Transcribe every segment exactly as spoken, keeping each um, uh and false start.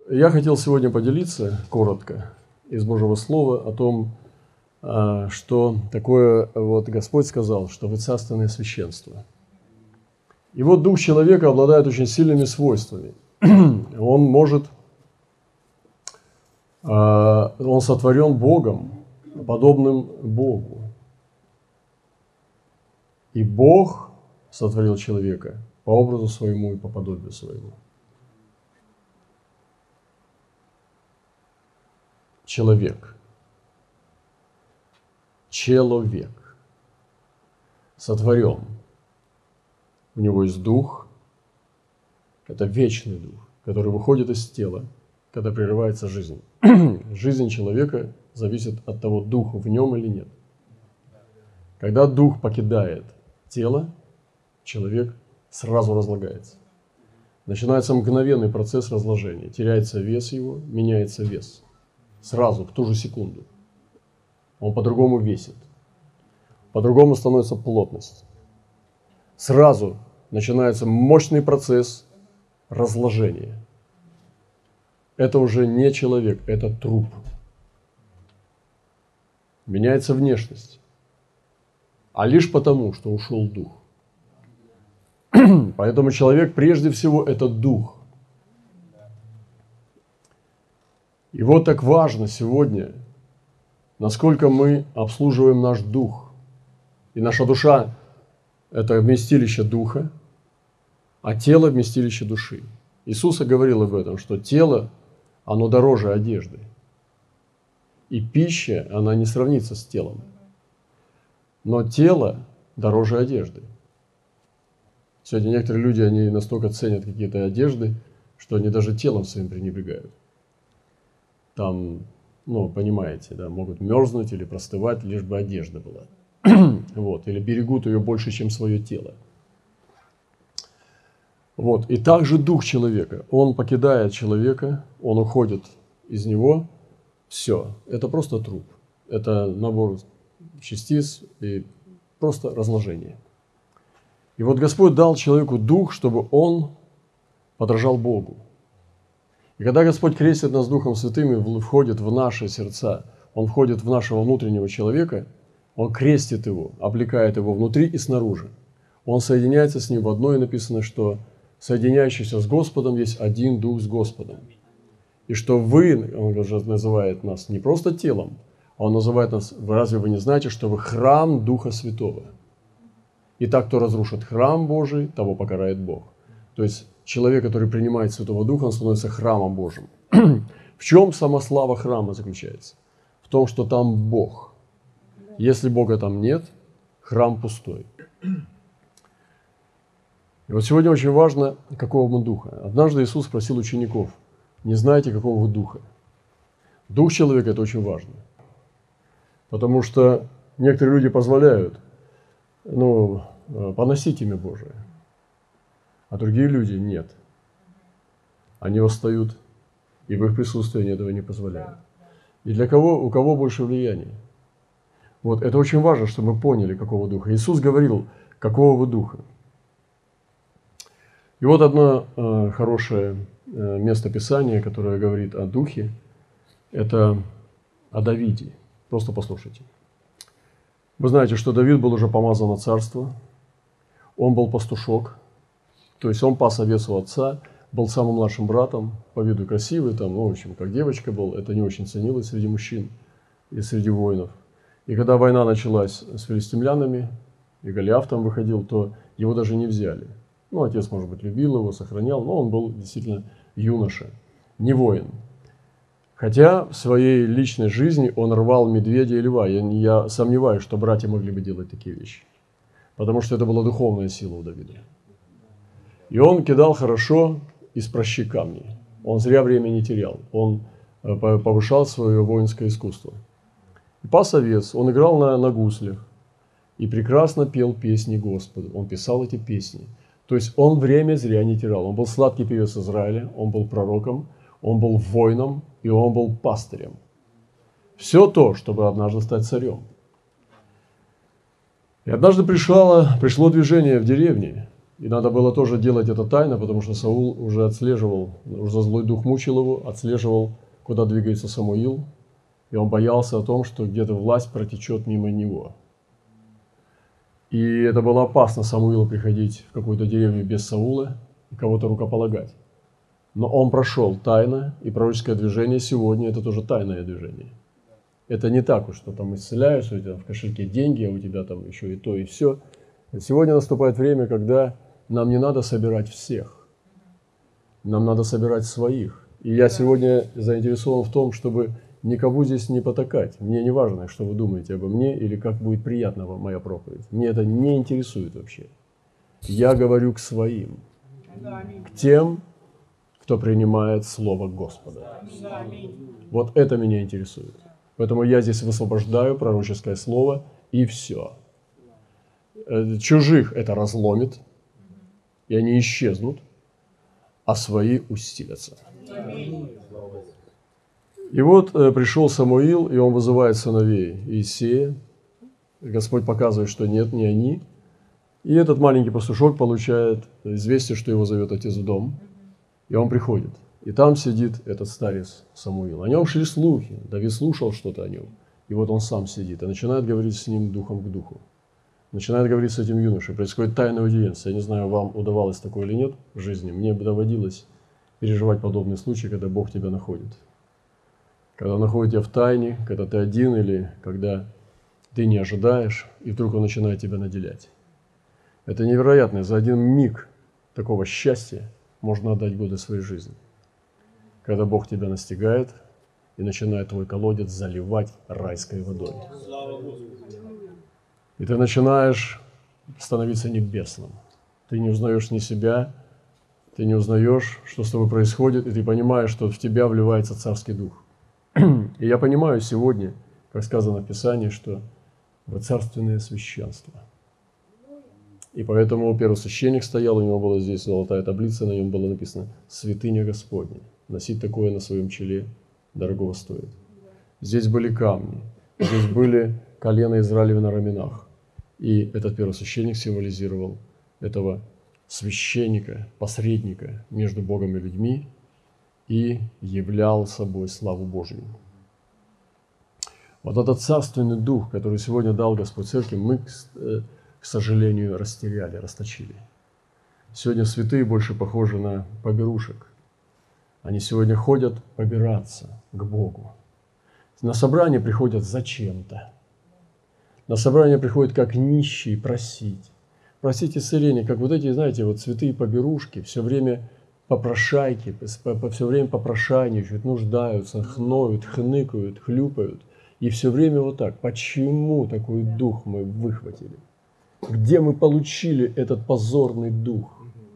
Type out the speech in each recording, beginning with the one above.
Я хотел сегодня поделиться коротко из Божьего Слова о том, что такое вот Господь сказал, что вы царственное священство. И вот дух человека обладает очень сильными свойствами. Он может, он сотворен Богом, подобным Богу. И Бог сотворил человека по образу своему и по подобию своему. Человек. Человек. Сотворен. У него есть дух. Это вечный дух, который выходит из тела, когда прерывается жизнь. Жизнь человека зависит от того, дух в нем или нет. Когда дух покидает тело, человек сразу разлагается. Начинается мгновенный процесс разложения. Теряется вес его, меняется вес. Сразу, в ту же секунду. Он по-другому весит. По-другому становится плотность. Сразу начинается мощный процесс разложения. Это уже не человек, это труп. Меняется внешность. А лишь потому, что ушел дух. Поэтому человек прежде всего это дух. И вот так важно сегодня, насколько мы обслуживаем наш дух. И наша душа – это вместилище духа, а тело – вместилище души. Иисус говорил об этом, что тело, оно дороже одежды. И пища, она не сравнится с телом. Но тело дороже одежды. Сегодня некоторые люди, они настолько ценят какие-то одежды, что они даже телом своим пренебрегают. Там, ну, понимаете, да, могут мерзнуть или простывать, лишь бы одежда была. Вот, или берегут ее больше, чем свое тело. Вот, и также дух человека. Он покидает человека, он уходит из него. Все, это просто труп. Это набор частиц и просто разложение. И вот Господь дал человеку дух, чтобы он подражал Богу. И когда Господь крестит нас Духом Святым и входит в наши сердца, Он входит в нашего внутреннего человека, Он крестит его, облекает его внутри и снаружи. Он соединяется с ним в одно, и написано, что соединяющийся с Господом есть один Дух с Господом. И что вы, Он уже называет нас не просто телом, а Он называет нас, разве вы не знаете, что вы храм Духа Святого? И так, кто разрушит храм Божий, того покарает Бог. То есть человек, который принимает Святого Духа, он становится храмом Божьим. В чем сама слава храма заключается? В том, что там Бог. Если Бога там нет, храм пустой. И вот сегодня очень важно, какого мы духа. Однажды Иисус спросил учеников: не знаете, какого вы духа? Дух человека – это очень важно. Потому что некоторые люди позволяют, ну, поносить имя Божие. А другие люди нет. Они восстают, и в их присутствии они этого не позволяют. И для кого, у кого больше влияния? Вот это очень важно, чтобы мы поняли, какого духа. Иисус говорил, какого вы духа. И вот одно э, хорошее э, место Писания, которое говорит о духе, это о Давиде. Просто послушайте. Вы знаете, что Давид был уже помазан на царство. Он был пастушок. То есть он пас овец у отца, был самым младшим братом, по виду красивый, там, ну, в общем, как девочка был, это не очень ценилось среди мужчин и среди воинов. И когда война началась с филистимлянами, и Голиаф там выходил, то его даже не взяли. Ну, отец, может быть, любил его, сохранял, но он был действительно юноша, не воин. Хотя в своей личной жизни он рвал медведя и льва. Я, я сомневаюсь, что братья могли бы делать такие вещи, потому что это была духовная сила у Давида. И он кидал хорошо из пращи камней. Он зря время не терял. Он повышал свое воинское искусство. И пас овец, он играл на, на гуслях и прекрасно пел песни Господу. Он писал эти песни. То есть он время зря не терял. Он был сладкий певец Израиля, он был пророком, он был воином и он был пастырем. Все то, чтобы однажды стать царем. И однажды пришло, пришло движение в деревне, И надо было тоже делать это тайно, потому что Саул уже отслеживал, уже злой дух мучил его, отслеживал, куда двигается Самуил. И он боялся о том, что где-то власть протечет мимо него. И это было опасно Самуилу приходить в какую-то деревню без Саула и кого-то рукополагать. Но он прошел тайно, и пророческое движение сегодня – это тоже тайное движение. Это не так уж, что там исцеляешь, у тебя в кошельке деньги, а у тебя там еще и то, и все. Сегодня наступает время, когда нам не надо собирать всех, нам надо собирать своих. И я сегодня заинтересован в том, чтобы никому здесь не потакать. Мне не важно, что вы думаете обо мне или как будет приятна вам моя проповедь. Мне это не интересует вообще. Я говорю к своим, к тем, кто принимает Слово Господа. Вот это меня интересует. Поэтому я здесь высвобождаю пророческое слово, и все. Чужих это разломит, и они исчезнут, а свои усилятся. И вот э, пришел Самуил, и он вызывает сыновей Иисея. Господь показывает, что нет, не они. И этот маленький пастушок получает известие, что его зовет отец в дом. И он приходит. И там сидит этот старец Самуил. О нем шли слухи. Давид слушал что-то о нем. И вот он сам сидит и начинает говорить с ним духом к духу. Начинает говорить с этим юношей. Происходит тайная аудиенция. Я не знаю, вам удавалось такое или нет в жизни. Мне бы доводилось переживать подобные случаи, когда Бог тебя находит. Когда Он находит тебя в тайне, когда ты один или когда ты не ожидаешь, и вдруг Он начинает тебя наделять. Это невероятно. За один миг такого счастья можно отдать годы своей жизни. Когда Бог тебя настигает и начинает твой колодец заливать райской водой. И ты начинаешь становиться небесным. Ты не узнаешь ни себя, ты не узнаешь, что с тобой происходит, и ты понимаешь, что в тебя вливается царский дух. И я понимаю сегодня, как сказано в Писании, что вы царственное священство. И поэтому первосвященник стоял, у него была здесь золотая таблица, на нем было написано «Святыня Господня». Носить такое на своем челе дорогого стоит. Здесь были камни, здесь были колена Израилева на раменах. И этот первосвященник символизировал этого священника, посредника между Богом и людьми и являл собой славу Божью. Вот этот царственный дух, который сегодня дал Господь Церкви, мы, к сожалению, растеряли, расточили. Сегодня святые больше похожи на поберушек. Они сегодня ходят побираться к Богу. На собрание приходят зачем-то. На собрание приходят как нищие просить. Просить исцеления, как вот эти, знаете, вот святые поберушки, все время попрошайки, все время попрошайничают, нуждаются, хноют, хныкают, хлюпают. И все время вот так. Почему такой дух мы выхватили? Где мы получили этот позорный дух?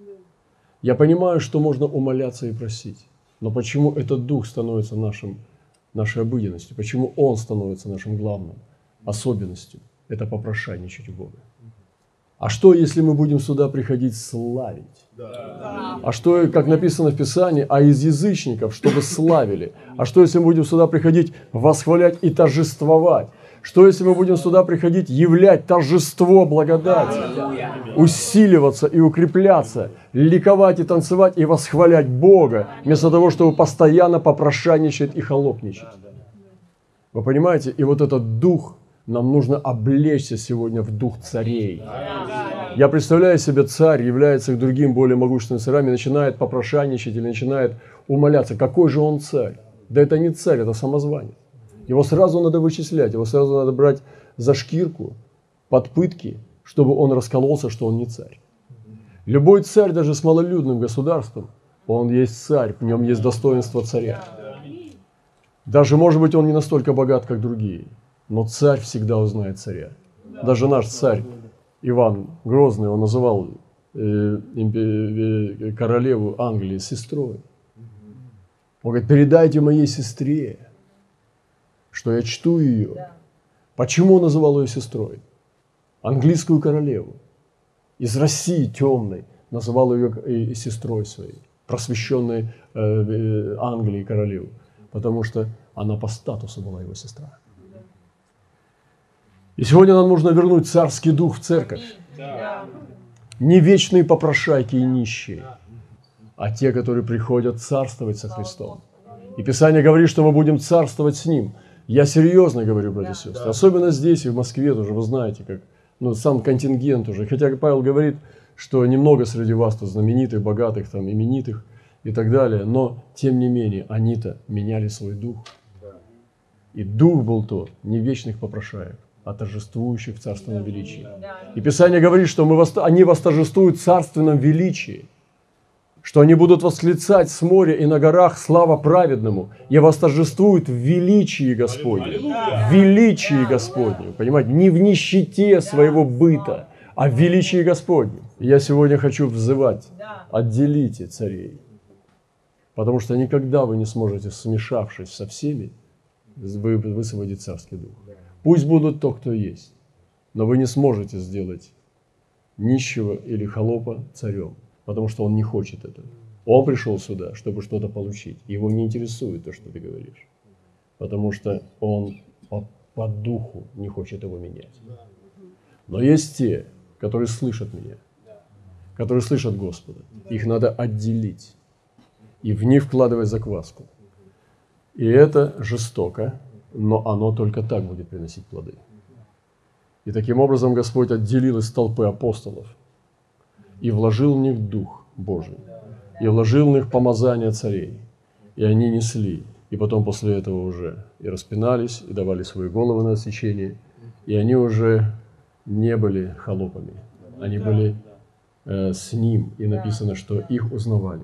Я понимаю, что можно умоляться и просить. Но почему этот дух становится нашим, нашей обыденностью? Почему он становится нашим главным особенностью? Это попрошайничать у Бога. А что, если мы будем сюда приходить славить? Да. А что, как написано в Писании, а из язычников, чтобы славили? А что, если мы будем сюда приходить восхвалять и торжествовать? Что, если мы будем сюда приходить являть торжество благодати? Усиливаться и укрепляться, ликовать и танцевать и восхвалять Бога, вместо того, чтобы постоянно попрошайничать и холопничать. Вы понимаете? И вот этот дух, нам нужно облечься сегодня в дух царей. Я представляю себе, царь является к другим более могущественным царям и начинает попрошайничать или начинает умоляться. Какой же он царь? Да это не царь, это самозванец. Его сразу надо вычислять, его сразу надо брать за шкирку, под пытки, чтобы он раскололся, что он не царь. Любой царь, даже с малолюдным государством, он есть царь, в нем есть достоинство царя. Даже, может быть, он не настолько богат, как другие, но царь всегда узнает царя. Даже наш царь Иван Грозный, он называл э, э, королеву Англии сестрой. Он говорит, передайте моей сестре, что я чту ее. Почему он называл ее сестрой? Английскую королеву из России темной называл ее и сестрой своей, просвещенной э, Англии королеву, потому что она по статусу была его сестра. И сегодня нам нужно вернуть царский дух в церковь. Не вечные попрошайки и нищие, а те, которые приходят царствовать со Христом. И Писание говорит, что мы будем царствовать с Ним. Я серьезно говорю, братья и сестры. Особенно здесь и в Москве тоже, вы знаете, как ну, сам контингент уже. Хотя Павел говорит, что немного среди вас то знаменитых, богатых, там, именитых и так далее. Но, тем не менее, они-то меняли свой дух. И дух был тот не вечных попрошаек, а торжествующих в царственном величии. И Писание говорит, что мы, они восторжествуют в царственном величии, что они будут восклицать с моря и на горах слава праведному, и восторжествуют в величии Господнем. В величии Господнем, понимаете, не в нищете своего быта, а в величии Господнем. И я сегодня хочу взывать, отделите царей, потому что никогда вы не сможете, смешавшись со всеми, высвободить царский дух. Пусть будут то, кто есть, но вы не сможете сделать нищего или холопа царем, потому что он не хочет этого. Он пришел сюда, чтобы что-то получить. Его не интересует то, что ты говоришь, потому что он по, по духу не хочет его менять. Но есть те, которые слышат меня, которые слышат Господа. Их надо отделить и в них вкладывать закваску. И это жестоко, но оно только так будет приносить плоды. И таким образом Господь отделил из толпы апостолов и вложил в них Дух Божий, и вложил в них помазание царей. И они несли, и потом после этого уже и распинались, и давали свои головы на отсечение, и они уже не были холопами, они были э, с Ним, и написано, что их узнавали.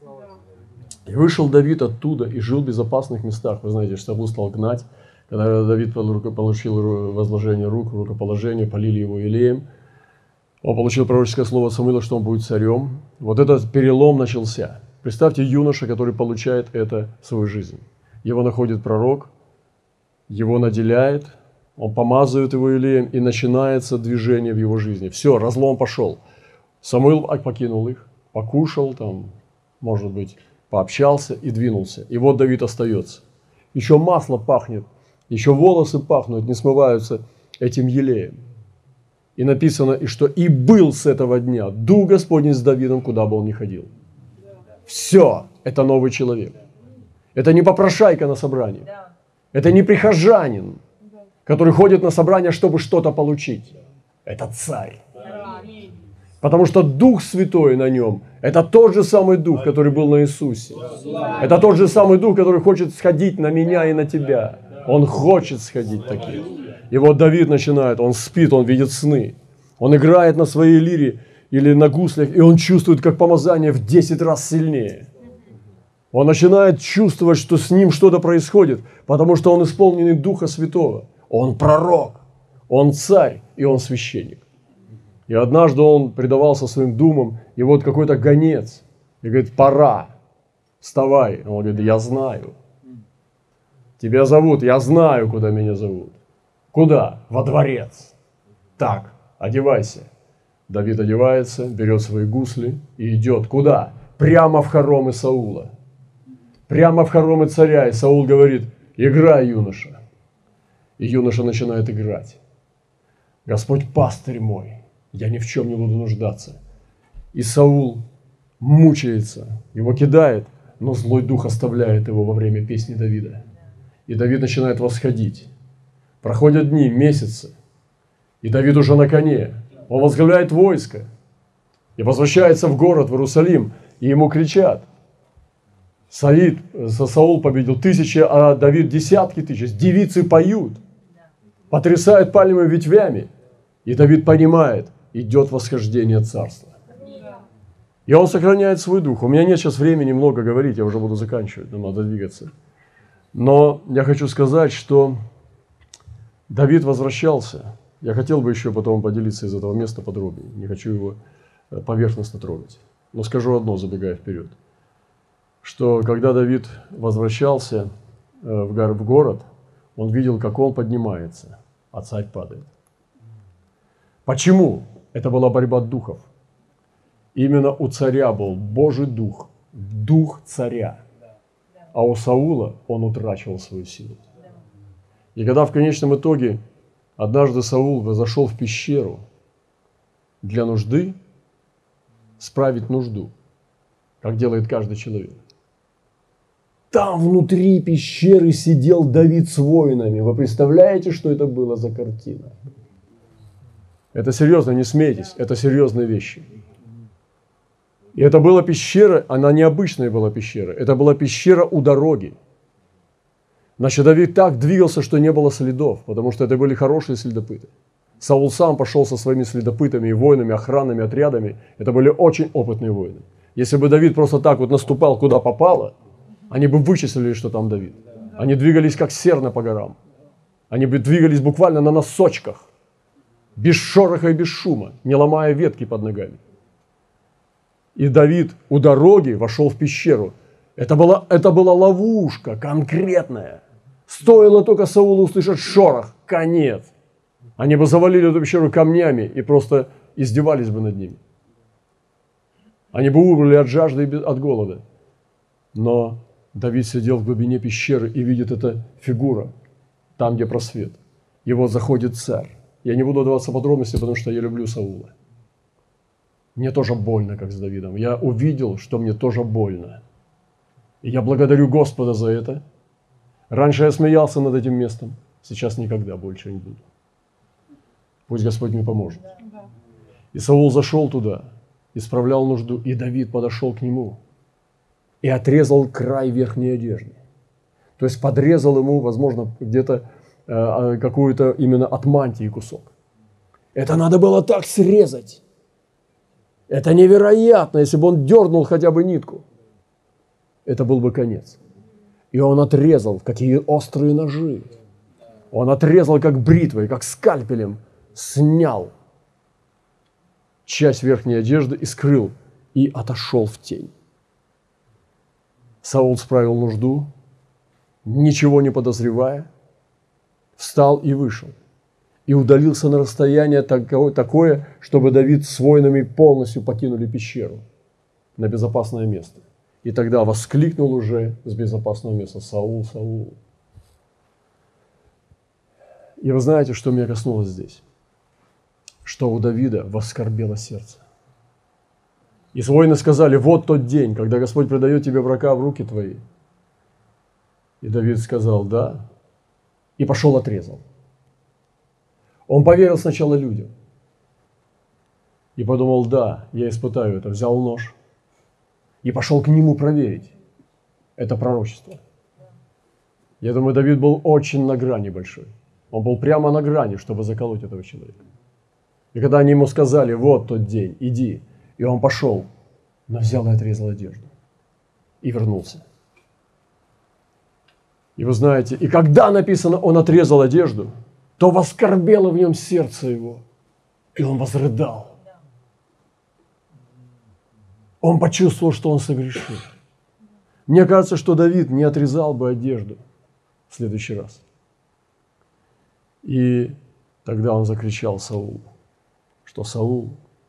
И вышел Давид оттуда и жил в безопасных местах. Вы знаете, что Саул стал гнать. Когда Давид получил возложение рук, рукоположение, полили его елеем, он получил пророческое слово от Самуила, что он будет царем. Вот этот перелом начался. Представьте юноша, который получает это в свою жизнь. Его находит пророк, его наделяет, он помазывает его елеем, и начинается движение в его жизни. Все, разлом пошел. Самуил покинул их, покушал, там, может быть, пообщался и двинулся. И вот Давид остается. Еще масло пахнет, еще волосы пахнут, не смываются этим елеем. И написано, и что и был с этого дня Дух Господень с Давидом, куда бы он ни ходил. Все, это новый человек. Это не попрошайка на собрании. Это не прихожанин, который ходит на собрание, чтобы что-то получить. Это царь. Потому что Дух Святой на нем – это тот же самый Дух, который был на Иисусе. Это тот же самый Дух, который хочет сходить на меня и на тебя. Он хочет сходить таким. И вот Давид начинает, он спит, он видит сны. Он играет на своей лире или на гуслях, и он чувствует, как помазание в десять раз сильнее. Он начинает чувствовать, что с ним что-то происходит, потому что он исполненный Духа Святого. Он пророк, он царь, и он священник. И однажды он предавался своим думам, и вот какой-то гонец, и говорит, пора, вставай. Он говорит, я знаю. Тебя зовут, я знаю, куда меня зовут. Куда? Во дворец. Так, одевайся. Давид одевается, берет свои гусли и идет. Куда? Прямо в хоромы Саула. Прямо в хоромы царя. И Саул говорит, играй, юноша. И юноша начинает играть. Господь пастырь мой, я ни в чем не буду нуждаться. И Саул мучается, его кидает, но злой дух оставляет его во время песни Давида. И Давид начинает восходить. Проходят дни, месяцы, и Давид уже на коне. Он возглавляет войско и возвращается в город, в Иерусалим, и ему кричат. Саид, Саул победил тысячи, а Давид десятки тысяч. Девицы поют, потрясают пальмовыми ветвями. И Давид понимает, идет восхождение царства. И он сохраняет свой дух. У меня нет сейчас времени много говорить, я уже буду заканчивать, нам надо двигаться. Но я хочу сказать, что Давид возвращался. Я хотел бы еще потом поделиться из этого места подробнее. Не хочу его поверхностно трогать. Но скажу одно, забегая вперед. Что когда Давид возвращался в город, он видел, как он поднимается, а царь падает. Почему? Это была борьба духов. Именно у царя был Божий дух, дух царя. А у Саула он утрачивал свою силу. И когда в конечном итоге однажды Саул зашел в пещеру для нужды, справить нужду, как делает каждый человек. Там внутри пещеры сидел Давид с воинами. Вы представляете, что это было за картина? Это серьезно, не смейтесь, это серьезные вещи. И это была пещера, она необычная была пещера, это была пещера у дороги. Значит, Давид так двигался, что не было следов, потому что это были хорошие следопыты. Саул сам пошел со своими следопытами и воинами, охранными отрядами. Это были очень опытные воины. Если бы Давид просто так вот наступал, куда попало, они бы вычислили, что там Давид. Они двигались как серна по горам. Они бы двигались буквально на носочках, без шороха и без шума, не ломая ветки под ногами. И Давид у дороги вошел в пещеру. Это была, это была ловушка конкретная. Стоило только Саулу услышать шорох, конец. Они бы завалили эту пещеру камнями и просто издевались бы над ними. Они бы умерли от жажды и от голода. Но Давид сидел в глубине пещеры и видит эту фигуру, там, где просвет. И вот заходит царь. Я не буду вдаваться в подробности, потому что я люблю Саула. Мне тоже больно, как с Давидом. Я увидел, что мне тоже больно. И я благодарю Господа за это. Раньше я смеялся над этим местом, сейчас никогда больше не буду. Пусть Господь мне поможет. И Саул зашел туда, исправлял нужду, и Давид подошел к нему и отрезал край верхней одежды. То есть подрезал ему, возможно, где-то э, какую-то именно от мантии кусок. Это надо было так срезать. Это невероятно, если бы он дернул хотя бы нитку. Это был бы конец. И он отрезал, какие острые ножи. Он отрезал, как бритвой, как скальпелем, снял часть верхней одежды и скрыл, и отошел в тень. Саул справил нужду, ничего не подозревая, встал и вышел. И удалился на расстояние такое, чтобы Давид с воинами полностью покинули пещеру на безопасное место. И тогда воскликнул уже с безопасного места: Саул, Саул. И вы знаете, что меня коснулось здесь? Что у Давида воскорбело сердце. И воины сказали: вот тот день, когда Господь предает тебе врага в руки твои. И Давид сказал: да. И пошел отрезал. Он поверил сначала людям. И подумал: да, я испытаю это. Взял нож. И пошел к нему проверить это пророчество. Я думаю, Давид был очень на грани большой. Он был прямо на грани, чтобы заколоть этого человека. И когда они ему сказали: вот тот день, иди. И он пошел, но взял и отрезал одежду. И вернулся. И вы знаете, и когда написано, он отрезал одежду, то воскорбело в нем сердце его. И он возрыдал. Он почувствовал, что он согрешил. Мне кажется, что Давид не отрезал бы одежду в следующий раз. И тогда он закричал Саулу, что: Саул,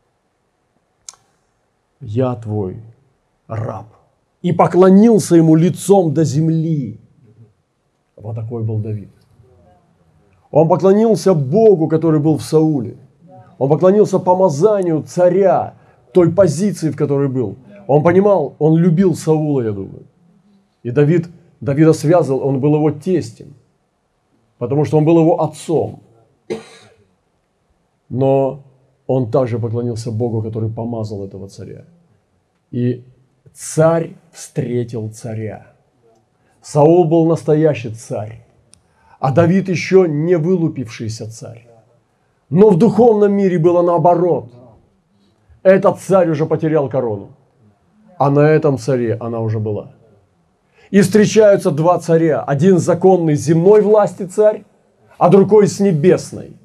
я твой раб. И поклонился ему лицом до земли. Вот такой был Давид. Он поклонился Богу, который был в Сауле. Он поклонился помазанию царя, той позиции, в которой был. Он понимал, он любил Саула, я думаю. И Давид, Давида связывал, он был его тестем, потому что он был его отцом. Но он также поклонился Богу, который помазал этого царя. И царь встретил царя. Саул был настоящий царь, а Давид еще не вылупившийся царь. Но в духовном мире было наоборот. Этот царь уже потерял корону, а на этом царе она уже была. И встречаются два царя. Один законный земной власти царь, а другой с небесной.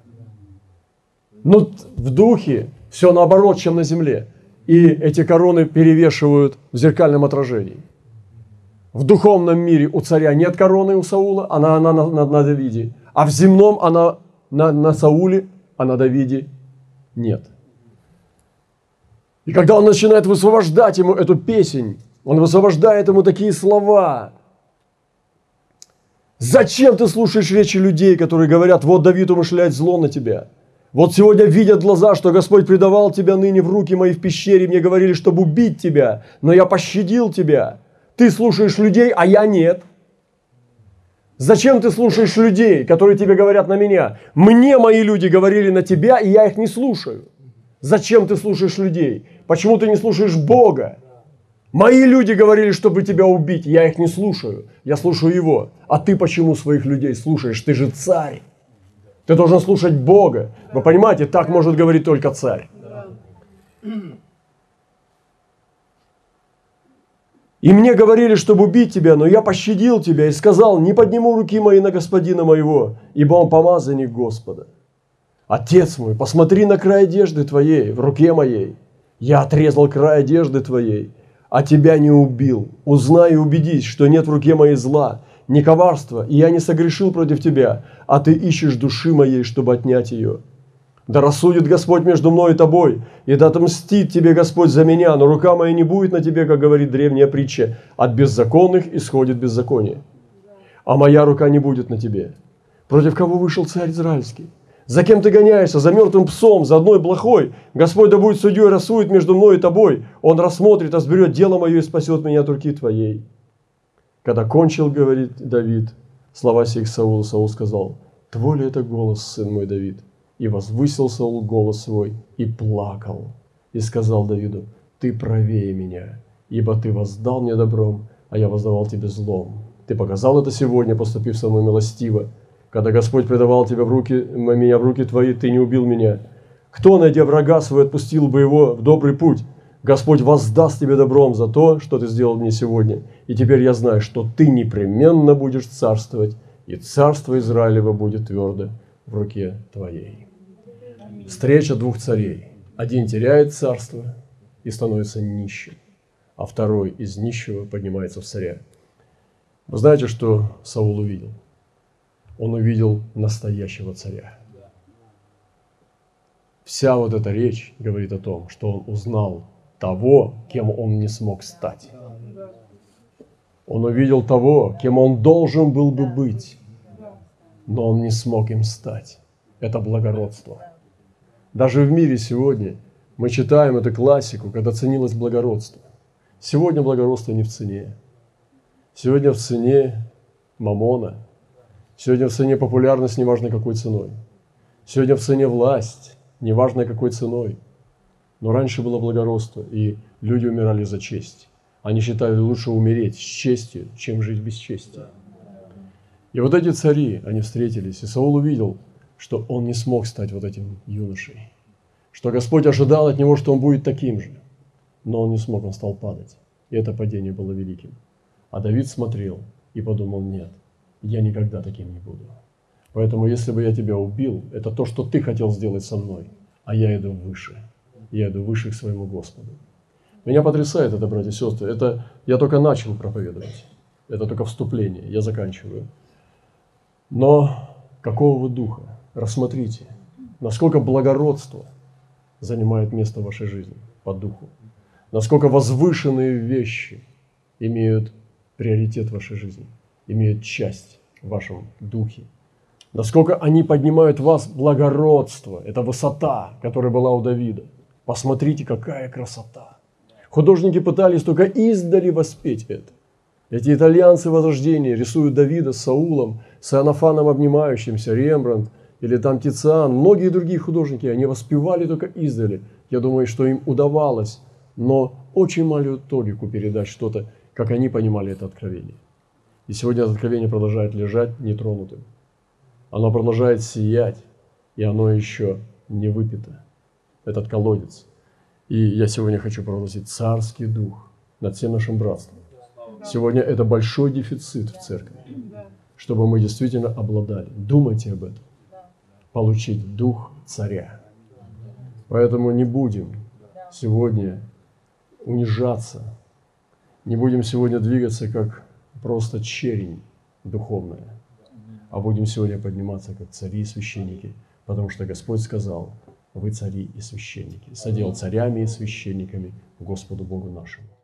Но в духе все наоборот, чем на земле. И эти короны перевешивают в зеркальном отражении. В духовном мире у царя нет короны у Саула, она, она на, на, на Давиде. А в земном она на, на Сауле, а на Давиде нет. И когда он начинает высвобождать ему эту песнь, он высвобождает ему такие слова. Зачем ты слушаешь речи людей, которые говорят: вот Давид умышляет зло на тебя? Вот сегодня видят глаза, что Господь предавал тебя ныне в руки мои в пещере. Мне говорили, чтобы убить тебя, но я пощадил тебя. Ты слушаешь людей, а я нет. Зачем ты слушаешь людей, которые тебе говорят на меня? Мне мои люди говорили на тебя, и я их не слушаю. Зачем ты слушаешь людей? Почему ты не слушаешь Бога? Мои люди говорили, чтобы тебя убить, я их не слушаю. Я слушаю Его. А ты почему своих людей слушаешь? Ты же царь. Ты должен слушать Бога. Вы понимаете, так может говорить только царь. И мне говорили, чтобы убить тебя, но я пощадил тебя и сказал, не подниму руки мои на господина моего, ибо он помазанник Господа. Отец мой, посмотри на край одежды твоей в руке моей. Я отрезал край одежды твоей, а тебя не убил. Узнай и убедись, что нет в руке моей зла, ни коварства, и я не согрешил против тебя, а ты ищешь души моей, чтобы отнять ее. Да рассудит Господь между мной и тобой, и да отмстит тебе Господь за меня, но рука моя не будет на тебе, как говорит древняя притча, от беззаконных исходит беззаконие. А моя рука не будет на тебе. Против кого вышел царь израильский? За кем ты гоняешься? За мертвым псом, за одной блохой. Господь да будет судьей, рассудит между мной и тобой. Он рассмотрит, разберет дело мое и спасет меня от руки твоей. Когда кончил, говорит Давид, слова сих Саулу, Саул сказал, твой ли это голос, сын мой Давид? И возвысил Саул голос свой и плакал. И сказал Давиду, ты правее меня, ибо ты воздал мне добром, а я воздавал тебе злом. Ты показал это сегодня, поступив со мной милостиво. Когда Господь предавал тебя в руки, меня в руки твои, ты не убил меня. Кто, найдя врага свой, отпустил бы его в добрый путь? Господь воздаст тебе добром за то, что ты сделал мне сегодня. И теперь я знаю, что ты непременно будешь царствовать, и царство Израилева будет твердо в руке твоей. Встреча двух царей. Один теряет царство и становится нищим, а второй из нищего поднимается в царя. Вы знаете, что Саул увидел? Он увидел настоящего царя. Вся вот эта речь говорит о том, что он узнал того, кем он не смог стать. Он увидел того, кем он должен был бы быть, но он не смог им стать. Это благородство. Даже в мире сегодня мы читаем эту классику, когда ценилось благородство. Сегодня благородство не в цене. Сегодня в цене мамона. Сегодня в цене популярность, неважно какой ценой. Сегодня в цене власть, неважно какой ценой. Но раньше было благородство, и люди умирали за честь. Они считали лучше умереть с честью, чем жить без чести. И вот эти цари, они встретились, и Саул увидел, что он не смог стать вот этим юношей. Что Господь ожидал от него, что он будет таким же. Но он не смог, он стал падать. И это падение было великим. А Давид смотрел и подумал, нет, я никогда таким не буду. Поэтому, если бы я тебя убил, это то, что ты хотел сделать со мной, а я иду выше. Я иду выше к своему Господу. Меня потрясает это, братья и сестры. Это я только начал проповедовать. Это только вступление, я заканчиваю. Но какого вы духа? Рассмотрите, насколько благородство занимает место в вашей жизни по духу. Насколько возвышенные вещи имеют приоритет в вашей жизни, имеют часть в вашем духе. Насколько они поднимают в вас благородство. Это высота, которая была у Давида. Посмотрите, какая красота. Художники пытались только издали воспеть это. Эти итальянцы Возрождения рисуют Давида с Саулом, с Иоаннафаном обнимающимся, Рембрандт или там Тициан, многие другие художники, они воспевали только издали. Я думаю, что им удавалось, но очень малую толику передать что-то, как они понимали это откровение. И сегодня это откровение продолжает лежать нетронутым. Оно продолжает сиять, и оно еще не выпито. Этот колодец. И я сегодня хочу провозгласить царский дух над всем нашим братством. Сегодня это большой дефицит в церкви, чтобы мы действительно обладали. Думайте об этом. Получить дух царя. Поэтому не будем сегодня унижаться, не будем сегодня двигаться как просто черень духовная, а будем сегодня подниматься как цари и священники, потому что Господь сказал, вы цари и священники, содел царями и священниками Господу Богу нашему.